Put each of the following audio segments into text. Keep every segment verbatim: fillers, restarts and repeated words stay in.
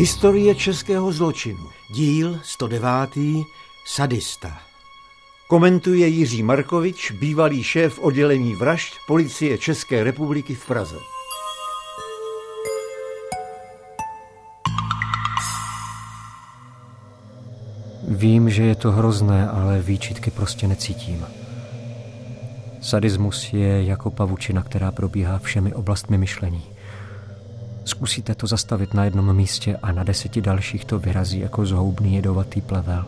Historie českého zločinu. Díl sto devět. Sadista. Komentuje Jiří Markovič, bývalý šéf oddělení vražd Policie České republiky v Praze. Vím, že je to hrozné, ale výčitky prostě necítím. Sadismus je jako pavučina, která probíhá všemi oblastmi myšlení. Zkusíte to zastavit na jednom místě a na deseti dalších to vyrazí jako zhoubný jedovatý plevel.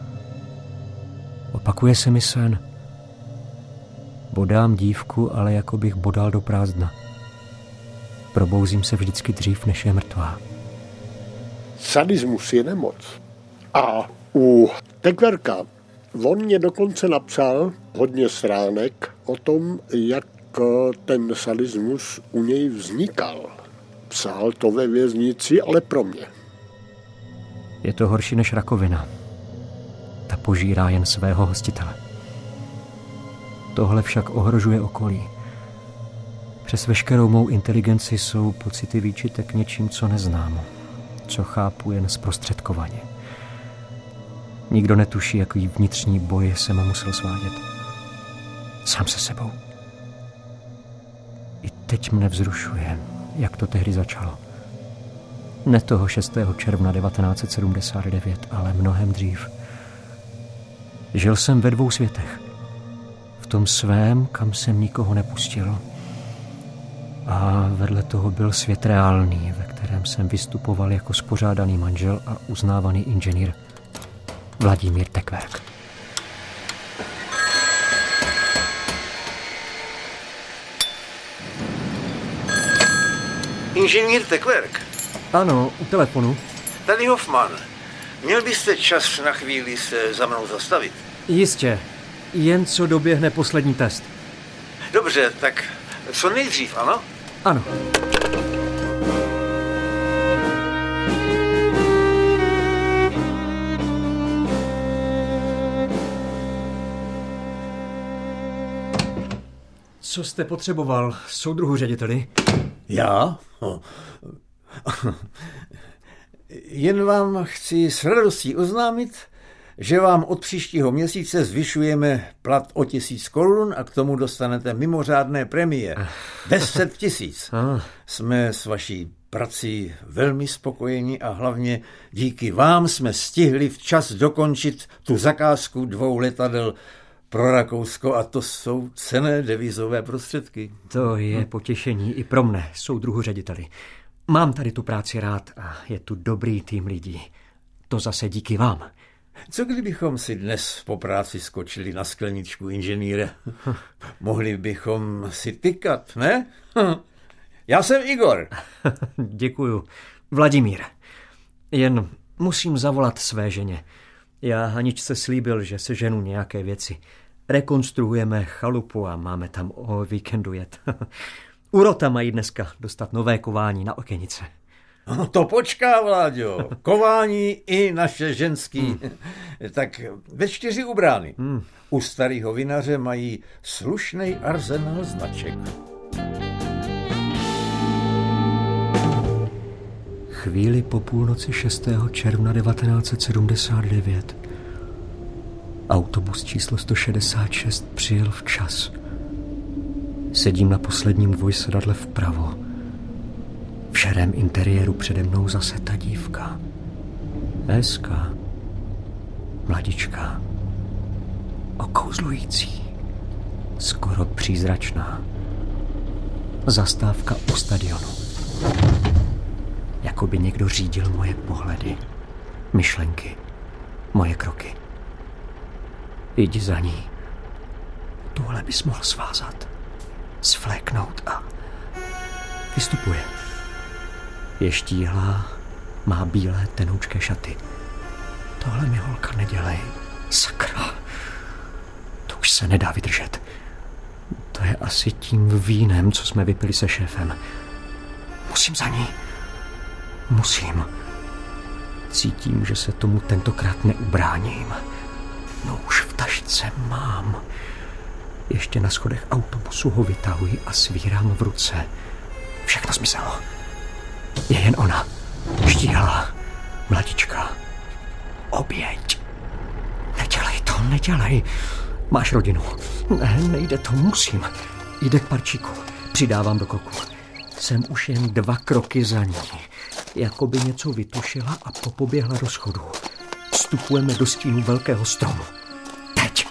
Opakuje se mi sen. Bodám dívku, ale jako bych bodal do prázdna. Probouzím se vždycky dřív, než je mrtvá. Sadismus je nemoc. A u Tekverka on mě dokonce napsal hodně stránek o tom, jak ten sadismus u něj vznikal. Psal to ve věznici, ale pro mě. Je to horší než rakovina. Ta požírá jen svého hostitele. Tohle však ohrožuje okolí. Přes veškerou mou inteligenci jsou pocity výčitek něčím, co neznám, co chápu jen zprostředkovaně. Nikdo netuší, jaký vnitřní boj jsem musel svádět. Sám se sebou. I teď mne vzrušuje, jak to tehdy začalo. Ne toho šestého června devatenáct set sedmdesát devět, ale mnohem dřív. Žil jsem ve dvou světech. V tom svém, kam jsem nikoho nepustil. A vedle toho byl svět reálný, ve kterém jsem vystupoval jako spořádaný manžel a uznávaný inženýr Vladimír Tekverk. Inženýr Tekverk? Ano, u telefonu. Tady Hoffman. Měl byste čas na chvíli se za mnou zastavit? Jistě. Jen co doběhne poslední test. Dobře, tak co nejdřív, ano? Ano. Co jste potřeboval, soudruhu řediteli? Já? No. Jen vám chci s radostí oznámit, že vám od příštího měsíce zvyšujeme plat o tisíc korun a k tomu dostanete mimořádné premie. Deset tisíc. Jsme s vaší prací velmi spokojeni a hlavně díky vám jsme stihli včas dokončit tu zakázku dvou letadel pro Rakousko a to jsou cenné devizové prostředky. To je potěšení i pro mne, soudruhu řediteli. Mám tady tu práci rád a je tu dobrý tým lidí. To zase díky vám. Co kdybychom si dnes po práci skočili na skleničku inženýra? Mohli bychom si tykat, ne? Já jsem Igor. Děkuju. Vladimír. Jen musím zavolat své ženě. Já Haničce slíbil, že se ženu nějaké věci. Rekonstruujeme chalupu a máme tam o víkendu jet. Urota mají dneska dostat nové kování na okenice. No to počká, Vláďo. Kování i naše ženský. Hmm. Tak ve čtyři u brány. Hmm. U starého vinaře mají slušnej arzenál značek. Chvíli po půlnoci šestého června devatenáct set sedmdesát devět autobus číslo sto šedesát šest přijel včas. Sedím na posledním dvojsedadle vpravo. V šerém interiéru přede mnou zase ta dívka. Hezká. Mladičká. Okouzlující. Skoro přízračná. Zastávka u stadionu. Jako by někdo řídil moje pohledy, myšlenky, moje kroky. Jdi za ní. Tuhle bys mohl svázat, svléknout a vystupuje. Je štíhlá, má bílé tenoučké šaty. Tohle mi holka nedělej. Sakra. To už se nedá vydržet. To je asi tím vínem, co jsme vypili se šéfem. Musím za ní. Musím. Cítím, že se tomu tentokrát neubráním. No už v tašce mám. Ještě na schodech autobusu ho vytahuji a svírám v ruce. Všechno zmizelo. Je jen ona. Štíhlá. Mladička. Oběť. Nedělej to, nedělej. Máš rodinu. Ne, nejde to, musím. Jde k parčíku. Přidávám do kroku. Jsem už jen dva kroky za ní. Jakoby něco vytušila a popoběhla do schodu. Vstupujeme do stínu velkého stromu. Teď.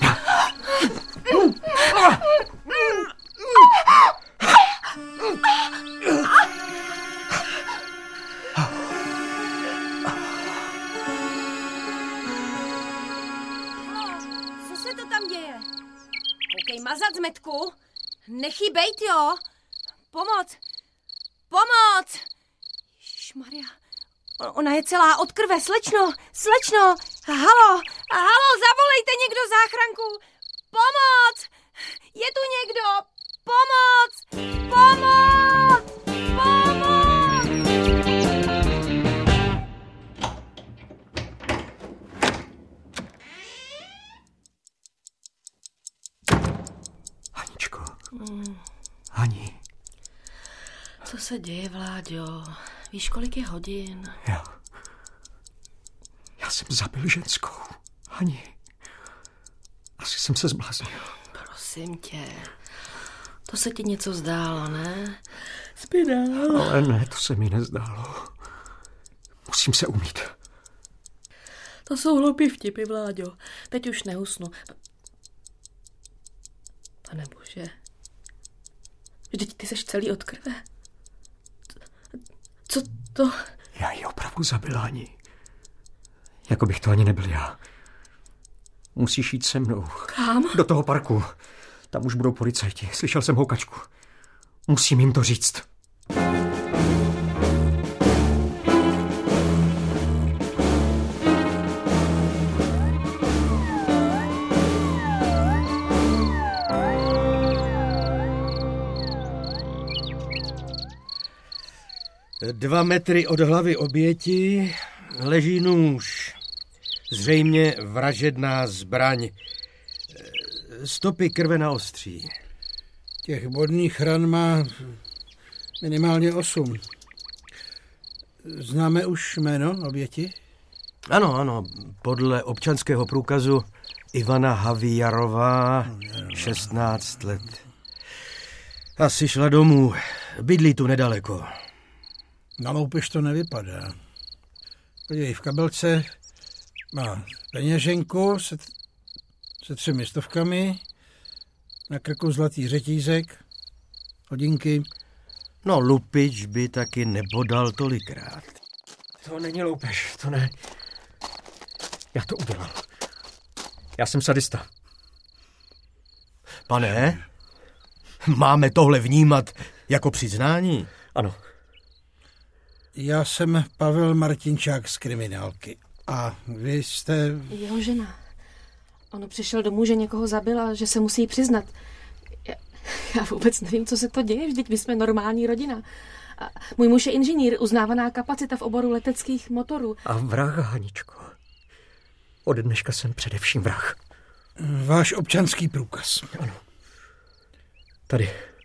Co se to tam děje? Koukej mazat, Zmetku. Nechybejt, jo? Pomoc. Pomoc. Ježišmarja. Ona je celá od krve. Slečno, slečno. Halo, halo, zavolejte někdo záchranku. Pomoc. Je tu někdo. Pomoc. Pomoc. Pomoc. Haničko. Hani. Co se děje, Vláďo? Víš, kolik je hodin? Já... Já jsem zabil ženskou. Hani. Asi jsem se zbláznil. Prosím tě. To se ti něco zdálo, ne? Spí dál. Ale ne, to se mi nezdálo. Musím se umýt. To jsou hloupý vtipy, Vláďo. Teď už neusnu. Pane bože. Vždyť ty seš celý od krve. Co to? Já ji opravdu zabil, Hani. Jako bych to ani nebyl já. Musíš jít se mnou. Kam? Do toho parku. Tam už budou policajti. Slyšel jsem houkačku. Musím jim to říct. Dva metry od hlavy oběti leží nůž. Zřejmě vražedná zbraň. Stopy krve na ostří. Těch bodných ran má minimálně osm. Známe už jméno oběti? Ano, ano, podle občanského průkazu Ivana Havijarová, šestnáct let. Asi šla domů, bydlí tu nedaleko. Na loupež to nevypadá. Podívej, v kabelce má peněženku se, se třemi stovkami, na krku zlatý řetízek, hodinky. No, lupič by taky nepodal tolikrát. To není loupež, to ne. Já to udělal. Já jsem sadista. Pane, máme tohle vnímat jako přiznání? Ano. Já jsem Pavel Martinčák z kriminálky. A vy jste... Jeho žena. On přišel domů, že někoho zabil a že se musí přiznat. Já, já vůbec nevím, co se to děje, vždyť my jsme normální rodina. A můj muž je inženýr, uznávaná kapacita v oboru leteckých motorů. A vrah, Haničko. Od dneška jsem především vrah. Váš občanský průkaz. Ano. Tady.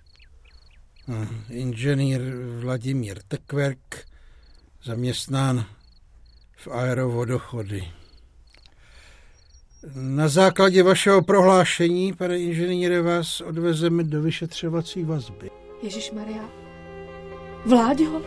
Inženýr Vladimír Tekverk, zaměstnán v Aerovodochody. Na základě vašeho prohlášení, pane inženýre, vás odvezeme do vyšetřovací vazby. Ježišmarja. Vláďo?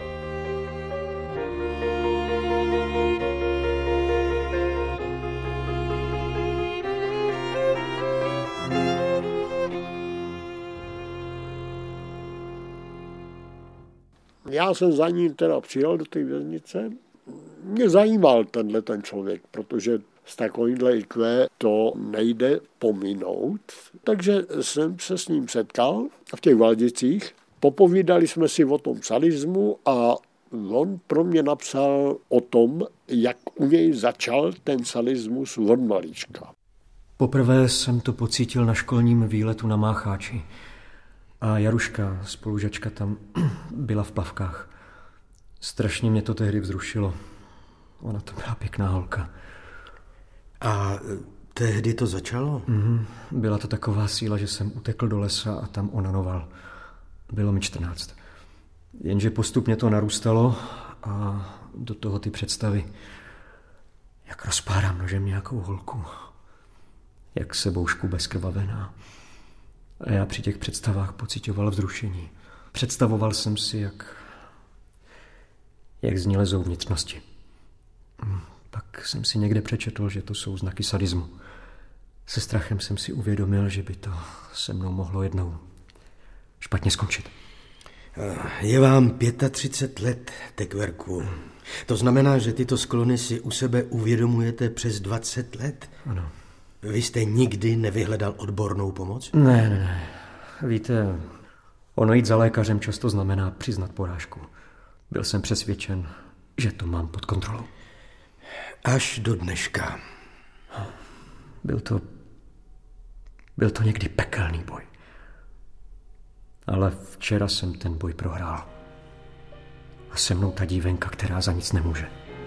Já jsem za ním teda přijel do té věznice. Mě zajímal tenhle ten člověk, protože s takovýmhle í kvé to nejde pominout. Takže jsem se s ním setkal v těch Valdicích. Popovídali jsme si o tom sadismu a on pro mě napsal o tom, jak u něj začal ten sadismus od malička. Poprvé jsem to pocítil na školním výletu na Mácháči. A Jaruška, spolužačka, tam byla v plavkách. Strašně mě to tehdy vzrušilo. Ona to byla pěkná holka. A tehdy to začalo? Mm, byla to taková síla, že jsem utekl do lesa a tam onanoval. Bylo mi čtrnáct. Jenže postupně to narůstalo a do toho ty představy, jak rozpárám nožem nějakou holku, jak sebou škube zkrvavená. A já při těch představách pocitoval vzrušení. Představoval jsem si, jak, jak z ní lezou vnitřnosti. Pak jsem si někde přečetl, že to jsou znaky sadismu. Se strachem jsem si uvědomil, že by to se mnou mohlo jednou špatně skončit. Je vám třicet pět let, Tekverku. To znamená, že tyto sklony si u sebe uvědomujete přes dvacet let? Ano. Vy jste nikdy nevyhledal odbornou pomoc? Ne, ne, ne. Víte, ono jít za lékařem často znamená přiznat porážku. Byl jsem přesvědčen, že to mám pod kontrolou. Až do dneška. Byl to... Byl to někdy pekelný boj. Ale včera jsem ten boj prohrál. A se mnou ta dívenka, která za nic nemůže.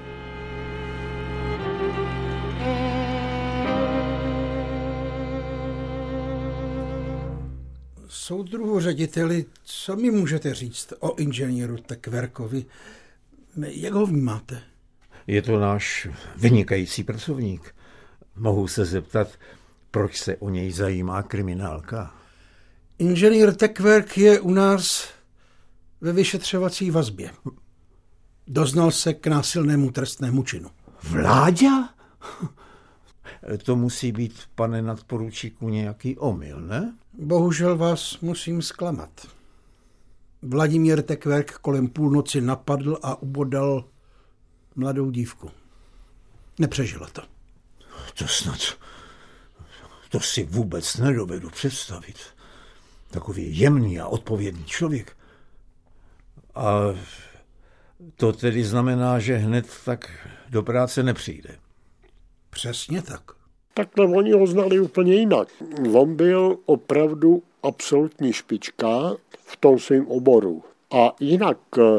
Soudruhu řediteli, co mi můžete říct o inženýru Tekverkovi? Jak ho vnímáte? Je to náš vynikající pracovník. Mohu se zeptat, proč se o něj zajímá kriminálka? Inženýr Tekverk je u nás ve vyšetřovací vazbě. Doznal se k násilnému trestnému činu. Vláďa? To musí být, pane nadporučíku, nějaký omyl, ne? Bohužel vás musím zklamat. Vladimír Tekverk kolem půlnoci napadl a ubodal mladou dívku. Nepřežila to. To snad... To si vůbec nedovedu představit. Takový jemný a odpovědný člověk. A to tedy znamená, že hned tak do práce nepřijde. Přesně tak. Takhle oni ho znali úplně jinak. On byl opravdu absolutní špička v tom svém oboru. A jinak,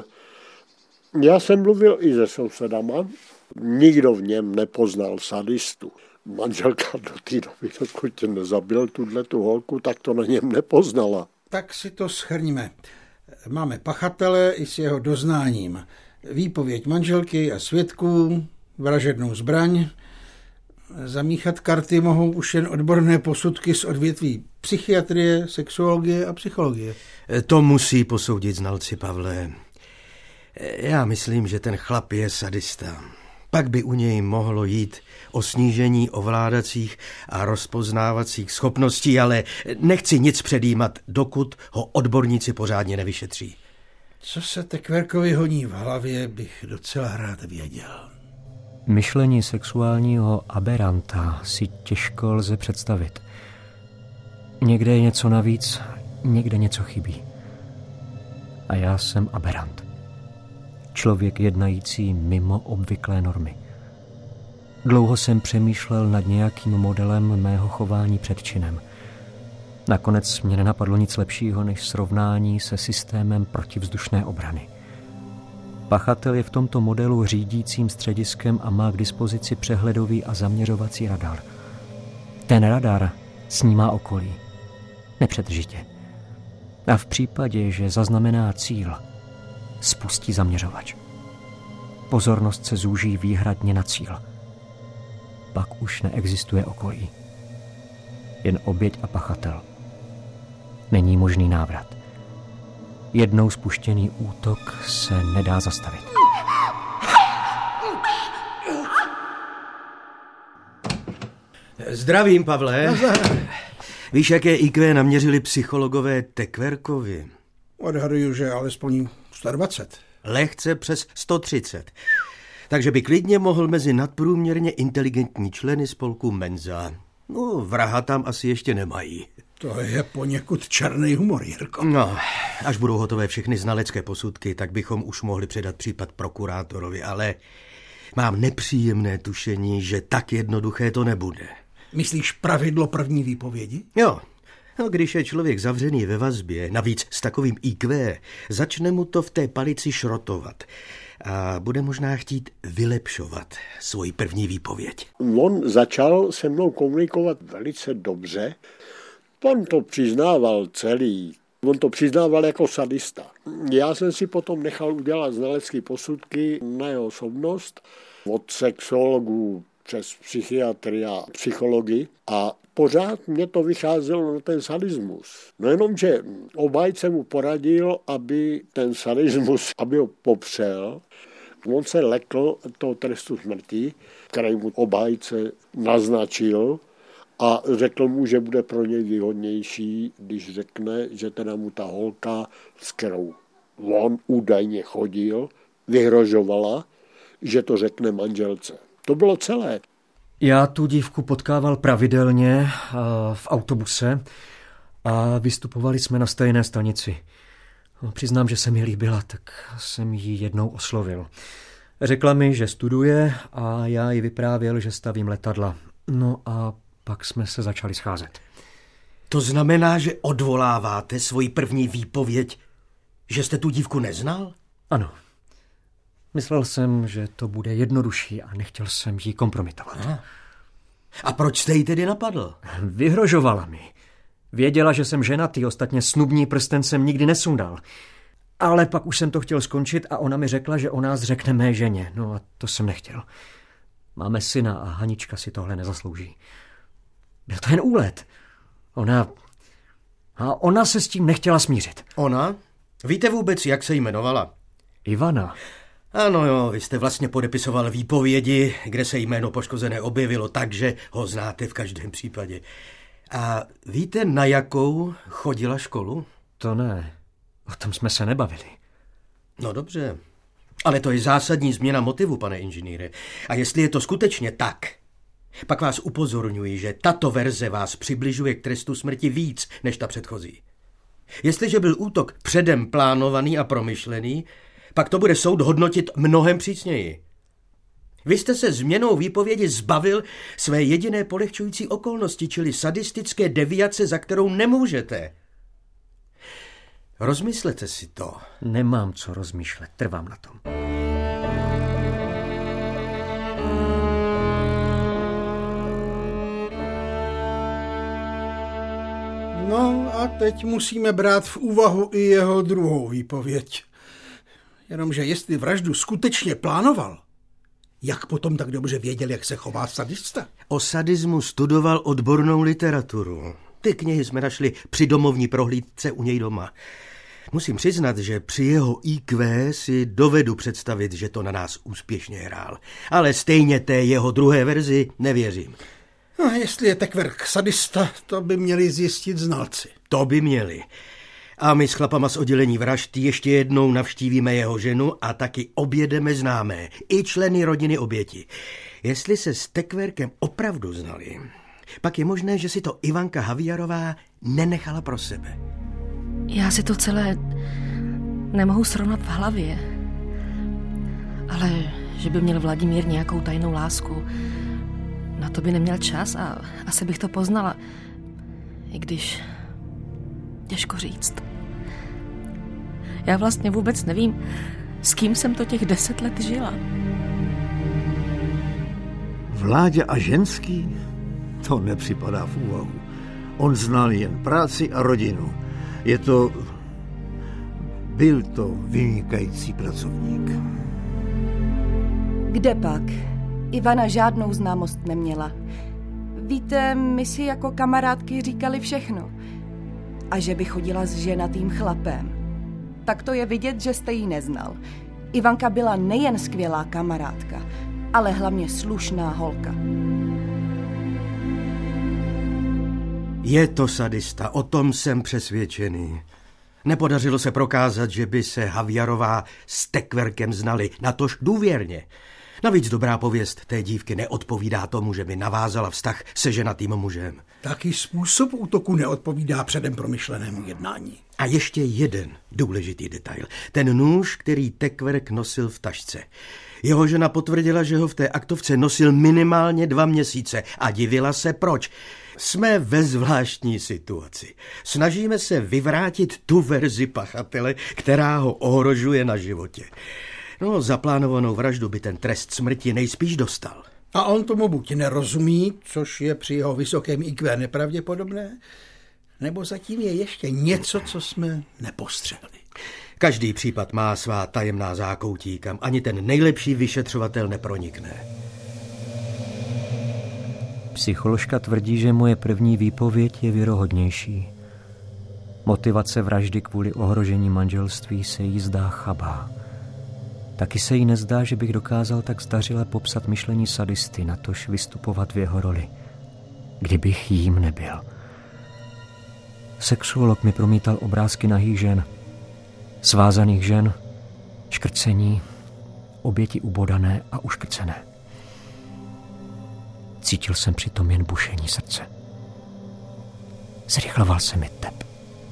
já jsem mluvil i se sousedama, nikdo v něm nepoznal sadistu. Manželka do té doby, dokud nezabil tuhletu holku, tak to na něm nepoznala. Tak si to shrníme. Máme pachatele i s jeho doznáním. Výpověď manželky a svědků, vražednou zbraň. Zamíchat karty mohou už jen odborné posudky z odvětví psychiatrie, sexuologie a psychologie. To musí posoudit znalci, Pavle. Já myslím, že ten chlap je sadista. Pak by u něj mohlo jít o snížení ovládacích a rozpoznávacích schopností, ale nechci nic předjímat, dokud ho odborníci pořádně nevyšetří. Co se Tekverkovi honí v hlavě, bych docela rád věděl. Myšlení sexuálního aberanta si těžko lze představit. Někde je něco navíc, někde něco chybí. A já jsem aberant. Člověk jednající mimo obvyklé normy. Dlouho jsem přemýšlel nad nějakým modelem mého chování před činem. Nakonec mě nenapadlo nic lepšího než srovnání se systémem protivzdušné obrany. Pachatel je v tomto modelu řídícím střediskem a má k dispozici přehledový a zaměřovací radar. Ten radar snímá okolí. Nepřetržitě. A v případě, že zaznamená cíl, spustí zaměřovač. Pozornost se zúží výhradně na cíl. Pak už neexistuje okolí. Jen oběť a pachatel. Není možný návrat. Jednou spuštěný útok se nedá zastavit. Zdravím, Pavle. Víš, jaké í kvé naměřili psychologové Tekverkovi? Odhaduju, že alespoň sto dvacet. Lehce přes sto třicet. Takže by klidně mohl mezi nadprůměrně inteligentní členy spolku Menza. No, vraha tam asi ještě nemají. To je poněkud černý humor, Jirko. No, až budou hotové všechny znalecké posudky, tak bychom už mohli předat případ prokurátorovi, ale mám nepříjemné tušení, že tak jednoduché to nebude. Myslíš pravidlo první výpovědi? Jo. No, když je člověk zavřený ve vazbě, navíc s takovým í kvé, začne mu to v té palici šrotovat a bude možná chtít vylepšovat svoji první výpověď. On začal se mnou komunikovat velice dobře. On to přiznával celý. On to přiznával jako sadista. Já jsem si potom nechal udělat znalecké posudky na jeho osobnost od sexologů přes psychiatry a psychologii a pořád mě to vycházelo na ten sadismus. No jenom, že obhájce mu poradil, aby ten sadismus, aby ho popřel. On se lekl toho trestu smrti, který mu obhájce naznačil a řekl mu, že bude pro něj výhodnější, když řekne, že teda mu ta holka, s kterou on údajně chodil, vyhrožovala, že to řekne manželce. To bylo celé. Já tu dívku potkával pravidelně v autobuse a vystupovali jsme na stejné stanici. Přiznám, že se mi líbila, tak jsem ji jednou oslovil. Řekla mi, že studuje a já jí vyprávěl, že stavím letadla. No a pak jsme se začali scházet. To znamená, že odvoláváte svoji první výpověď, že jste tu dívku neznal? Ano. Myslel jsem, že to bude jednodušší a nechtěl jsem jí kompromitovat. Aha. A proč jste ji tedy napadl? Vyhrožovala mi. Věděla, že jsem ženatý, ostatně snubní prsten jsem nikdy nesundal. Ale pak už jsem to chtěl skončit a ona mi řekla, že o nás řekne mé ženě. No a to jsem nechtěl. Máme syna a Hanička si tohle nezaslouží. Byl to jen úlet. Ona... A ona se s tím nechtěla smířit. Ona? Víte vůbec, jak se jmenovala? Ivana. Ano jo, vy jste vlastně podepisoval výpovědi, kde se jméno poškozené objevilo, takže ho znáte v každém případě. A víte, na jakou chodila školu? To ne. O tom jsme se nebavili. No dobře. Ale to je zásadní změna motivu, pane inženýre. A jestli je to skutečně tak, pak vás upozorňuji, že tato verze vás přibližuje k trestu smrti víc než ta předchozí. Jestliže byl útok předem plánovaný a promyšlený, pak to bude soud hodnotit mnohem přísněji. Vy jste se změnou výpovědi zbavil své jediné polehčující okolnosti, čili sadistické deviace, za kterou nemůžete. Rozmyslete si to. Nemám co rozmýšlet, trvám na tom. No a teď musíme brát v úvahu i jeho druhou výpověď. Jenomže jestli vraždu skutečně plánoval, jak potom tak dobře věděl, jak se chová sadista? O sadismu studoval odbornou literaturu. Ty knihy jsme našli při domovní prohlídce u něj doma. Musím přiznat, že při jeho í kvé si dovedu představit, že to na nás úspěšně hrál. Ale stejně té jeho druhé verzi nevěřím. A jestli je Tekverk sadista, to by měli zjistit znalci. To by měli. A my s chlapama z oddělení vražd ještě jednou navštívíme jeho ženu a taky objedeme známé, i členy rodiny oběti. Jestli se s Tekverkem opravdu znali, pak je možné, že si to Ivanka Haviarová nenechala pro sebe. Já si to celé nemohu srovnat v hlavě. Ale že by měl Vladimír nějakou tajnou lásku, na to by neměl čas a asi bych to poznala. I když... těžko říct. Já vlastně vůbec nevím, s kým jsem to těch deset let žila. Vláďa a ženský? To nepřipadá v úvahu. On znal jen práci a rodinu. Je to... Byl to vynikající pracovník. Kde pak? Ivana žádnou známost neměla. Víte, my si jako kamarádky říkali všechno. A že by chodila s ženatým chlapem. Tak to je vidět, že jste ji neznal. Ivanka byla nejen skvělá kamarádka, ale hlavně slušná holka. Je to sadista, o tom jsem přesvědčený. Nepodařilo se prokázat, že by se Haviarová s Tekverkem znali, natož důvěrně. Navíc dobrá pověst té dívky neodpovídá tomu, že by navázala vztah se ženatým mužem. Taky způsob útoku neodpovídá předem promyšlenému jednání. A ještě jeden důležitý detail. Ten nůž, který Tekverk nosil v tašce. Jeho žena potvrdila, že ho v té aktovce nosil minimálně dva měsíce a divila se proč. Jsme ve zvláštní situaci. Snažíme se vyvrátit tu verzi pachatele, která ho ohrožuje na životě. No, za plánovanou vraždu by ten trest smrti nejspíš dostal. A on tomu buď nerozumí, což je při jeho vysokém í kvé nepravděpodobné, nebo zatím je ještě něco, co jsme nepostřehli. Každý případ má svá tajemná zákoutí, kam ani ten nejlepší vyšetřovatel nepronikne. Psycholožka tvrdí, že moje první výpověď je věrohodnější. Motivace vraždy kvůli ohrožení manželství se jí zdá chabá. Taky se jí nezdá, že bych dokázal tak zdařile popsat myšlení sadisty, natož vystupovat v jeho roli. Kdybych jím nebyl. Sexuolog mi promítal obrázky nahých žen. Svázaných žen, škrcení, oběti ubodané a uškrcené. Cítil jsem přitom jen bušení srdce. Zrychloval se mi tep.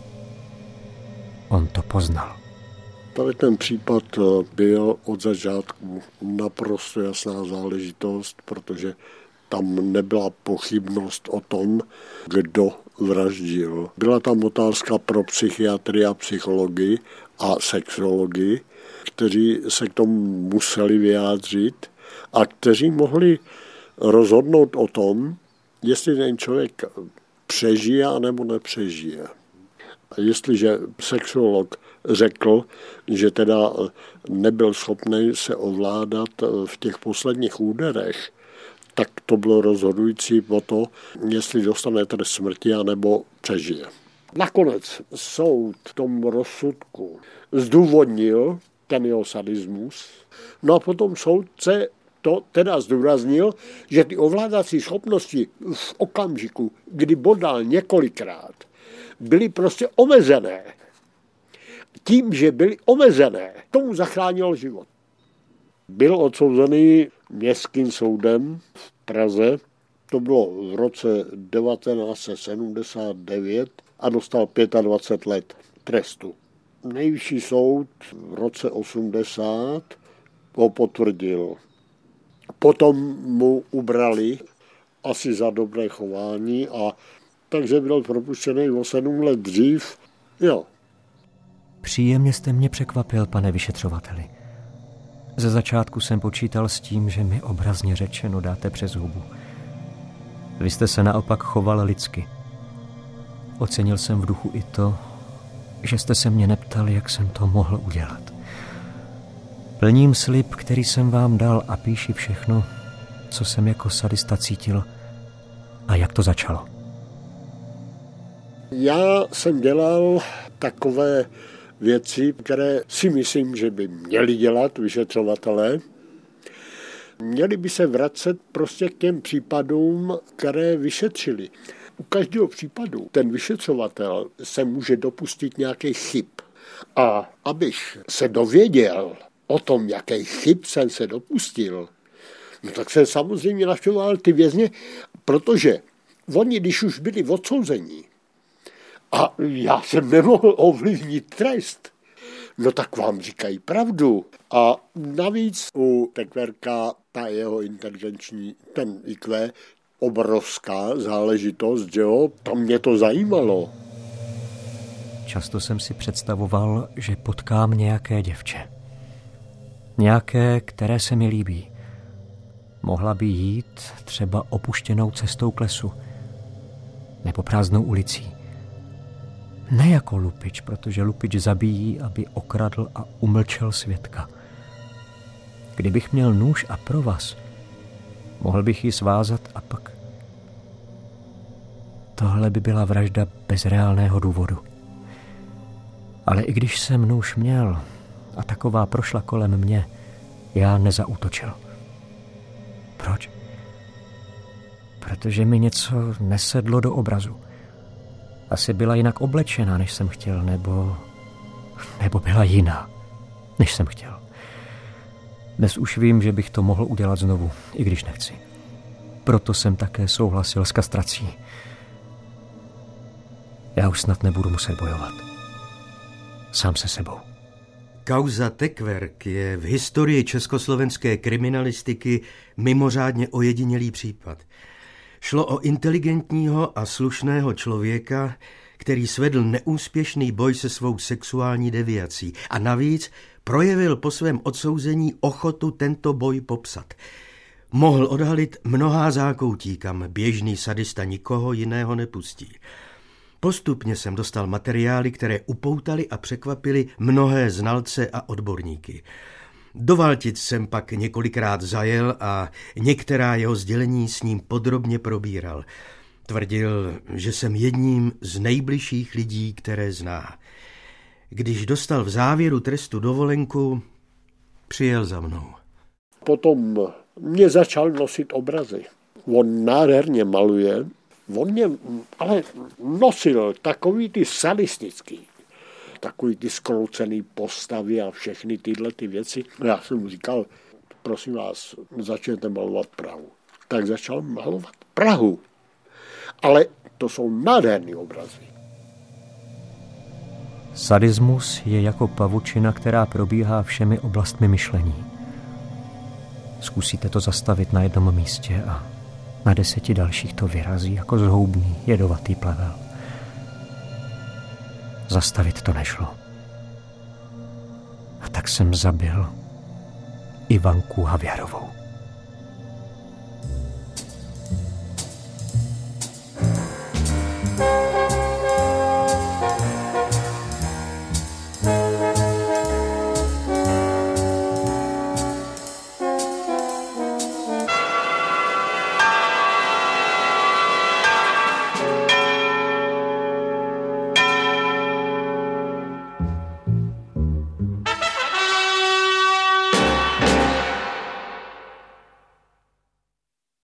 On to poznal. Tady ten případ byl od začátku naprosto jasná záležitost, protože tam nebyla pochybnost o tom, kdo vraždil. Byla tam otázka pro psychiatry a psychologii a sexologii, kteří se k tomu museli vyjádřit a kteří mohli rozhodnout o tom, jestli ten člověk přežije anebo nepřežije. A jestliže sexuolog řekl, že teda nebyl schopný se ovládat v těch posledních úderech, tak to bylo rozhodující o to, jestli dostane trest smrti anebo přežije. Nakonec soud v tom rozsudku zdůvodnil ten jeho sadismus, no a potom soudce to teda zdůraznil, že ty ovládací schopnosti v okamžiku, kdy bodal několikrát, byly prostě omezené. Tím, že byly omezené, tomu zachránil život. Byl odsouzený městským soudem v Praze, to bylo v roce devatenáct set sedmdesát devět a dostal dvacet pět let trestu. Nejvyšší soud v roce osmdesát ho potvrdil. Potom mu ubrali asi za dobré chování a takže byl propuštěný o sedm let dřív. Jo. Příjemně jste mě překvapil, pane vyšetřovateli. Ze začátku jsem počítal s tím, že mi obrazně řečeno dáte přes hubu. Vy jste se naopak choval lidsky. Ocenil jsem v duchu i to, že jste se mě neptal, jak jsem to mohl udělat. Plním slib, který jsem vám dal a píši všechno, co jsem jako sadista cítil a jak to začalo. Já jsem dělal takové věci, které si myslím, že by měli dělat vyšetřovatelé. Měli by se vracet prostě k těm případům, které vyšetřili. U každého případu ten vyšetřovatel se může dopustit nějaký chyb. A abych se dověděl o tom, jaký chyb jsem se dopustil, no tak jsem samozřejmě navštěvoval ty vězně, protože oni, když už byli odsouzení, a já jsem nemohl ovlivnit trest, no tak vám říkají pravdu. A navíc u Tekverka ta jeho inteligenční, ten í kvé, obrovská záležitost, že jo, tam mě to zajímalo. Často jsem si představoval, že potkám nějaké děvče. Nějaké, které se mi líbí. Mohla by jít třeba opuštěnou cestou k lesu. Nebo prázdnou ulicí. Ne jako lupič, protože lupič zabíjí, aby okradl a umlčel svědka. Kdybych měl nůž a provaz, mohl bych ji svázat a pak... Tohle by byla vražda bez reálného důvodu. Ale i když jsem nůž měl a taková prošla kolem mě, já nezaútočil. Proč? Protože mi něco nesedlo do obrazu. Asi byla jinak oblečena, než jsem chtěl, nebo... nebo byla jiná, než jsem chtěl. Dnes už vím, že bych to mohl udělat znovu, i když nechci. Proto jsem také souhlasil s kastrací. Já už snad nebudu muset bojovat. Sám se sebou. Kauza Tekverk je v historii československé kriminalistiky mimořádně ojedinělý případ. Šlo o inteligentního a slušného člověka, který svedl neúspěšný boj se svou sexuální deviací a navíc projevil po svém odsouzení ochotu tento boj popsat. Mohl odhalit mnohá zákoutí, kam běžný sadista nikoho jiného nepustí. Postupně jsem dostal materiály, které upoutaly a překvapily mnohé znalce a odborníky. Do Valtic jsem pak několikrát zajel a některá jeho sdělení s ním podrobně probíral. Tvrdil, že jsem jedním z nejbližších lidí, které zná. Když dostal v závěru trestu dovolenku, přijel za mnou. Potom mě začal nosit obrazy. On nádherně maluje, on mě ale nosil takový ty sadistický, takový ty skroucený postavy a všechny tyhle ty věci. Já jsem mu říkal, prosím vás, začněte malovat Prahu. Tak začal malovat Prahu. Ale to jsou nádherný obrazy. Sadismus je jako pavučina, která probíhá všemi oblastmi myšlení. Zkusíte to zastavit na jednom místě a na deseti dalších to vyrazí jako zhoubný, jedovatý plevel. Zastavit to nešlo. A tak jsem zabil Ivanku Havěrovou.